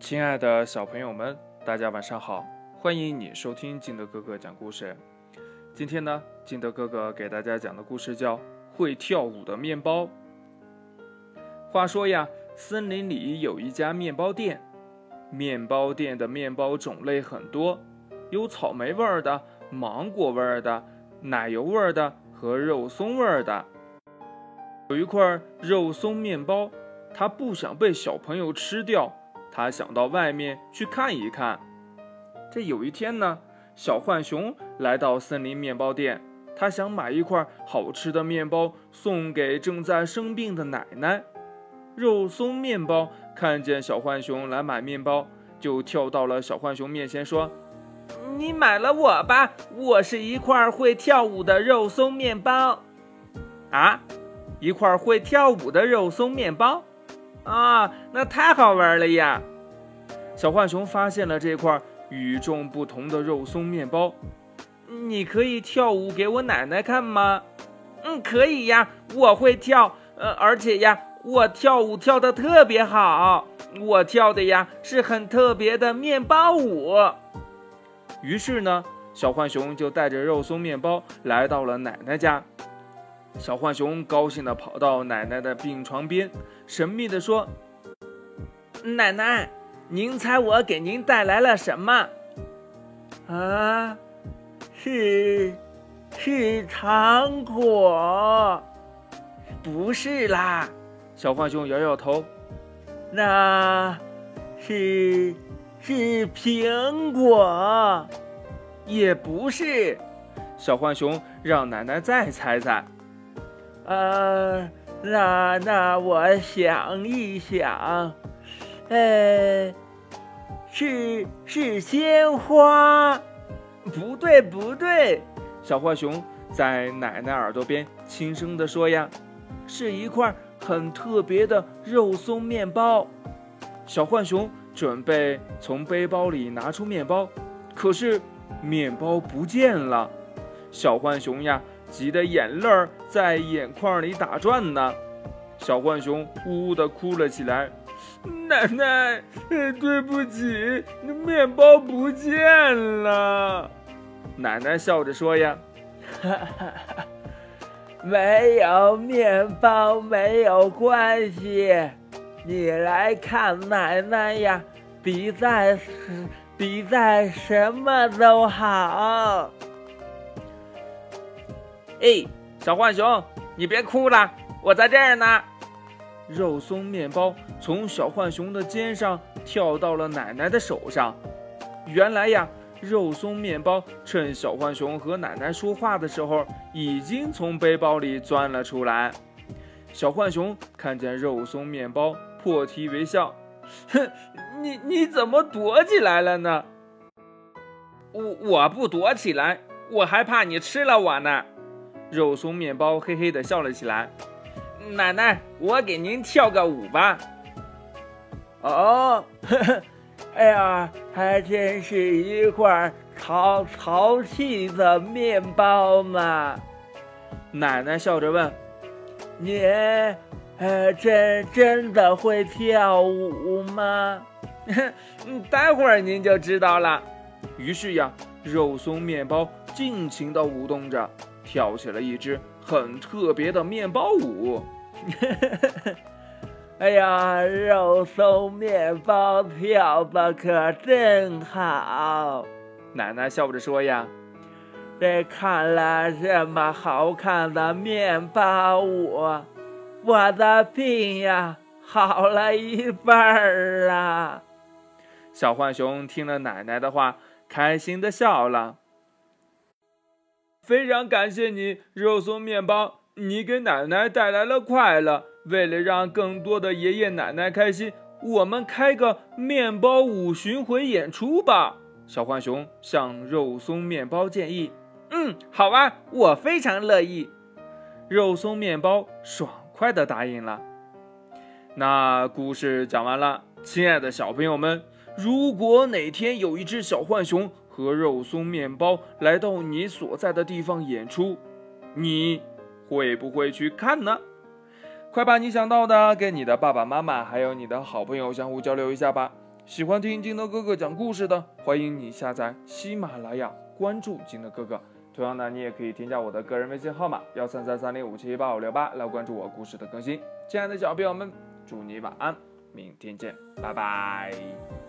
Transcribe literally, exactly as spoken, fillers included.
亲爱的小朋友们，大家晚上好，欢迎你收听金德哥哥讲故事。今天呢，金德哥哥给大家讲的故事叫《会跳舞的面包》。话说呀，森林里有一家面包店，面包店的面包种类很多，有草莓味儿的、芒果味儿的、奶油味儿的和肉松味儿的。有一块肉松面包，他不想被小朋友吃掉，他想到外面去看一看。这有一天呢，小浣熊来到森林面包店，他想买一块好吃的面包送给正在生病的奶奶。肉松面包看见小浣熊来买面包，就跳到了小浣熊面前说： 你买了我吧，我是一块会跳舞的肉松面包。 啊，一块会跳舞的肉松面包？ 啊，那太好玩了呀！ 小浣熊发现了这块与众不同的肉松面包。 你可以跳舞给我奶奶看吗？嗯，可以呀，我会跳，呃，而且呀，我跳舞跳得特别好，我跳的呀是很特别的面包舞。 于是呢，小浣熊就带着肉松面包来到了奶奶家。小浣熊高兴地跑到奶奶的病床边，神秘地说： 奶奶，您猜我给您带来了什么？啊，是是糖果。不是啦， 小浣熊摇摇头。 那是是苹果。也不是。 小浣熊让奶奶再猜猜。 呃，那那我想一想，呃，是是鲜花。不对不对， 小浣熊在奶奶耳朵边轻声地说呀，是一块很特别的肉松面包。小浣熊准备从背包里拿出面包，可是面包不见了。小浣熊呀，急得眼泪儿在眼眶里打转呢。小浣熊呜呜地哭了起来。 奶奶，对不起，面包不见了。 奶奶笑着说呀， 没有面包没有关系，你来看奶奶呀，比赛比赛什么都好。哎，小浣熊，你别哭了，我在这儿呢。 肉松面包从小浣熊的肩上跳到了奶奶的手上。原来呀，肉松面包趁小浣熊和奶奶说话的时候，已经从背包里钻了出来。小浣熊看见肉松面包，破涕为笑。 哼，你你怎么躲起来了呢？我我不躲起来，我还怕你吃了我呢。 肉松面包嘿嘿地笑了起来。 奶奶，我给您跳个舞吧。哦，呵呵，哎呀，还真是一块淘淘气的面包嘛。 奶奶笑着问： 你，呃，真真的会跳舞吗？待会儿您就知道了。 于是呀，肉松面包尽情地舞动着，跳起了一支很特别的面包舞。 哎呀，肉松面包跳得可真好。 奶奶笑着说呀， 这看了这么好看的面包舞，我的病呀好了一半了。 小浣熊听了奶奶的话，开心地笑了。非常感谢你，肉松面包，你给奶奶带来了快乐。为了让更多的爷爷奶奶开心，我们开个面包舞巡回演出吧。小浣熊向肉松面包建议。 嗯，好啊，我非常乐意。 肉松面包爽快地答应了。那故事讲完了，亲爱的小朋友们，如果哪天有一只小浣熊和肉松面包来到你所在的地方演出，你会不会去看呢？快把你想到的跟你的爸爸妈妈还有你的好朋友相互交流一下吧。 喜欢听金德哥哥讲故事的，欢迎你下载喜马拉雅，关注金德哥哥。同样呢，你也可以添加我的个人微信号码幺三三三零五七八五六八来关注我故事的更新。亲爱的小朋友们，祝你晚安，明天见，拜拜。